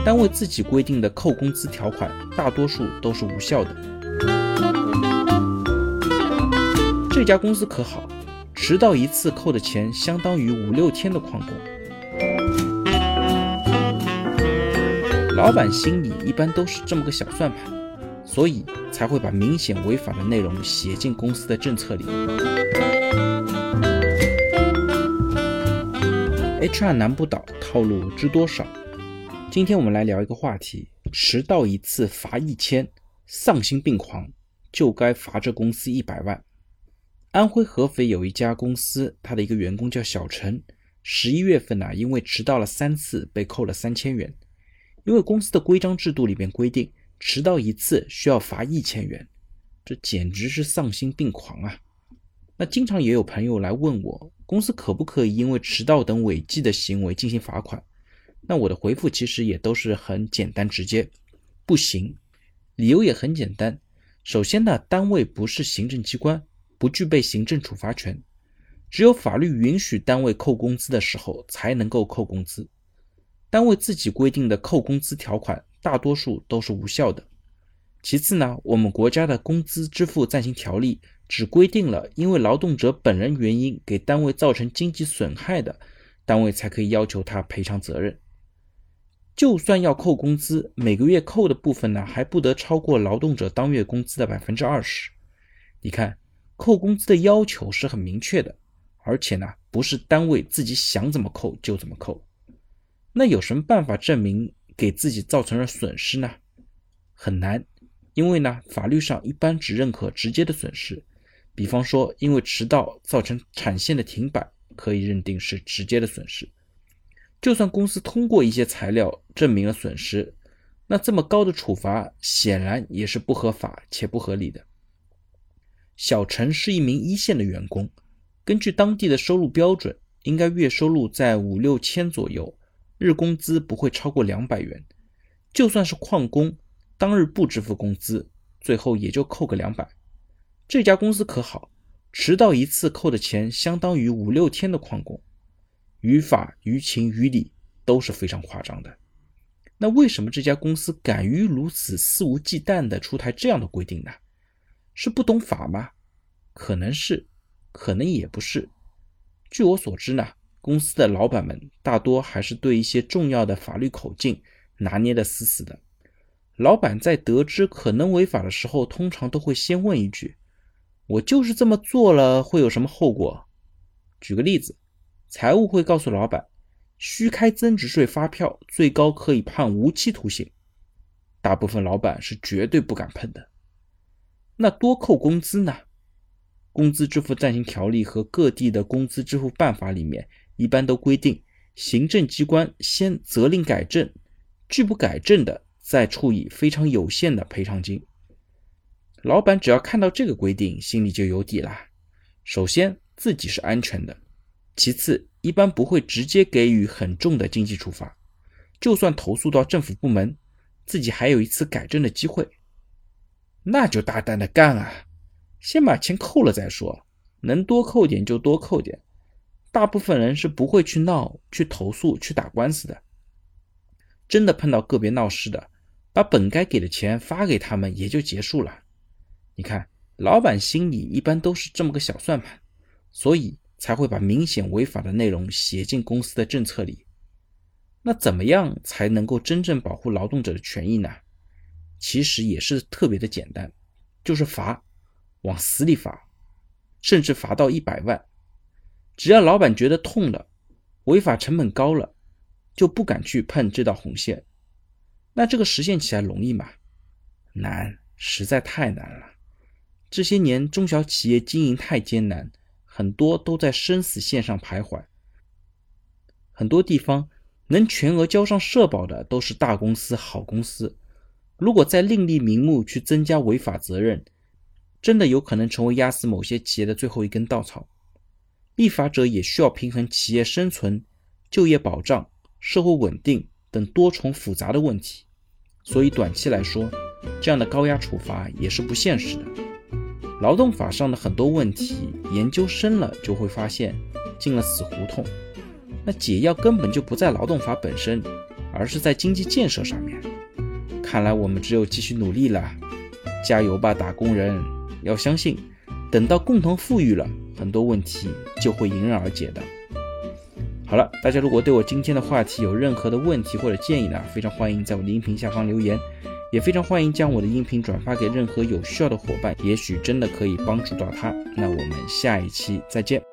单位自己规定的扣工资条款大多数都是无效的。这家公司可好，迟到一次扣的钱相当于5-6天的旷工。老板心里一般都是这么个小算盘，所以才会把明显违法的内容写进公司的政策里。HR 难不倒，套路知多少？今天我们来聊一个话题：迟到一次罚1000，丧心病狂，就该罚这公司100万。安徽合肥有一家公司，他的一个员工叫小陈，11月份因为迟到了3次被扣了3000元。因为公司的规章制度里面规定，迟到一次需要罚1000元，这简直是丧心病狂啊！那经常也有朋友来问我，公司可不可以因为迟到等违纪的行为进行罚款？那我的回复其实也都是很简单直接，不行。理由也很简单，首先单位不是行政机关，不具备行政处罚权，只有法律允许单位扣工资的时候才能够扣工资。单位自己规定的扣工资条款大多数都是无效的。其次我们国家的工资支付暂行条例只规定了因为劳动者本人原因给单位造成经济损害的，单位才可以要求他赔偿责任。就算要扣工资，每个月扣的部分还不得超过劳动者当月工资的 20%。 你看，扣工资的要求是很明确的，而且不是单位自己想怎么扣就怎么扣。那有什么办法证明给自己造成了损失呢？很难，因为法律上一般只认可直接的损失，比方说因为迟到造成产线的停摆，可以认定是直接的损失。就算公司通过一些材料证明了损失，那这么高的处罚显然也是不合法且不合理的。小陈是一名一线的员工，根据当地的收入标准，应该月收入在5-6千左右，日工资不会超过200元，就算是旷工，当日不支付工资，最后也就扣个200。这家公司可好，迟到一次扣的钱相当于5-6天的旷工，于法于情于理都是非常夸张的。那为什么这家公司敢于如此肆无忌惮地出台这样的规定呢？是不懂法吗？可能是，可能也不是。据我所知公司的老板们大多还是对一些重要的法律口径拿捏得死死的。老板在得知可能违法的时候，通常都会先问一句：我就是这么做了，会有什么后果？举个例子，财务会告诉老板，虚开增值税发票最高可以判无期徒刑。大部分老板是绝对不敢碰的。那多扣工资呢？工资支付暂行条例和各地的工资支付办法里面一般都规定，行政机关先责令改正，拒不改正的再处以非常有限的赔偿金。老板只要看到这个规定，心里就有底啦。首先自己是安全的，其次一般不会直接给予很重的经济处罚，就算投诉到政府部门，自己还有一次改正的机会。那就大胆的干啊，先把钱扣了再说，能多扣点就多扣点。大部分人是不会去闹、去投诉、去打官司的。真的碰到个别闹事的，把本该给的钱发给他们也就结束了。你看，老板心里一般都是这么个小算盘，所以才会把明显违法的内容写进公司的政策里。那怎么样才能够真正保护劳动者的权益呢？其实也是特别的简单，就是罚，往死里罚，甚至罚到100万。只要老板觉得痛了，违法成本高了，就不敢去碰这道红线。那这个实现起来容易吗？难，实在太难了。这些年中小企业经营太艰难，很多都在生死线上徘徊。很多地方能全额交上社保的都是大公司、好公司，如果再另立名目去增加违法责任，真的有可能成为压死某些企业的最后一根稻草。立法者也需要平衡企业生存、就业保障、社会稳定等多重复杂的问题，所以短期来说，这样的高压处罚也是不现实的。劳动法上的很多问题，研究深了就会发现进了死胡同。那解药根本就不在劳动法本身， 而是在经济建设上面。看来我们只有继续努力了，加油吧打工人，要相信等到共同富裕了，很多问题就会迎刃而解的。好了，大家如果对我今天的话题有任何的问题或者建议呢，非常欢迎在我的音频下方留言，也非常欢迎将我的音频转发给任何有需要的伙伴，也许真的可以帮助到他。那我们下一期再见。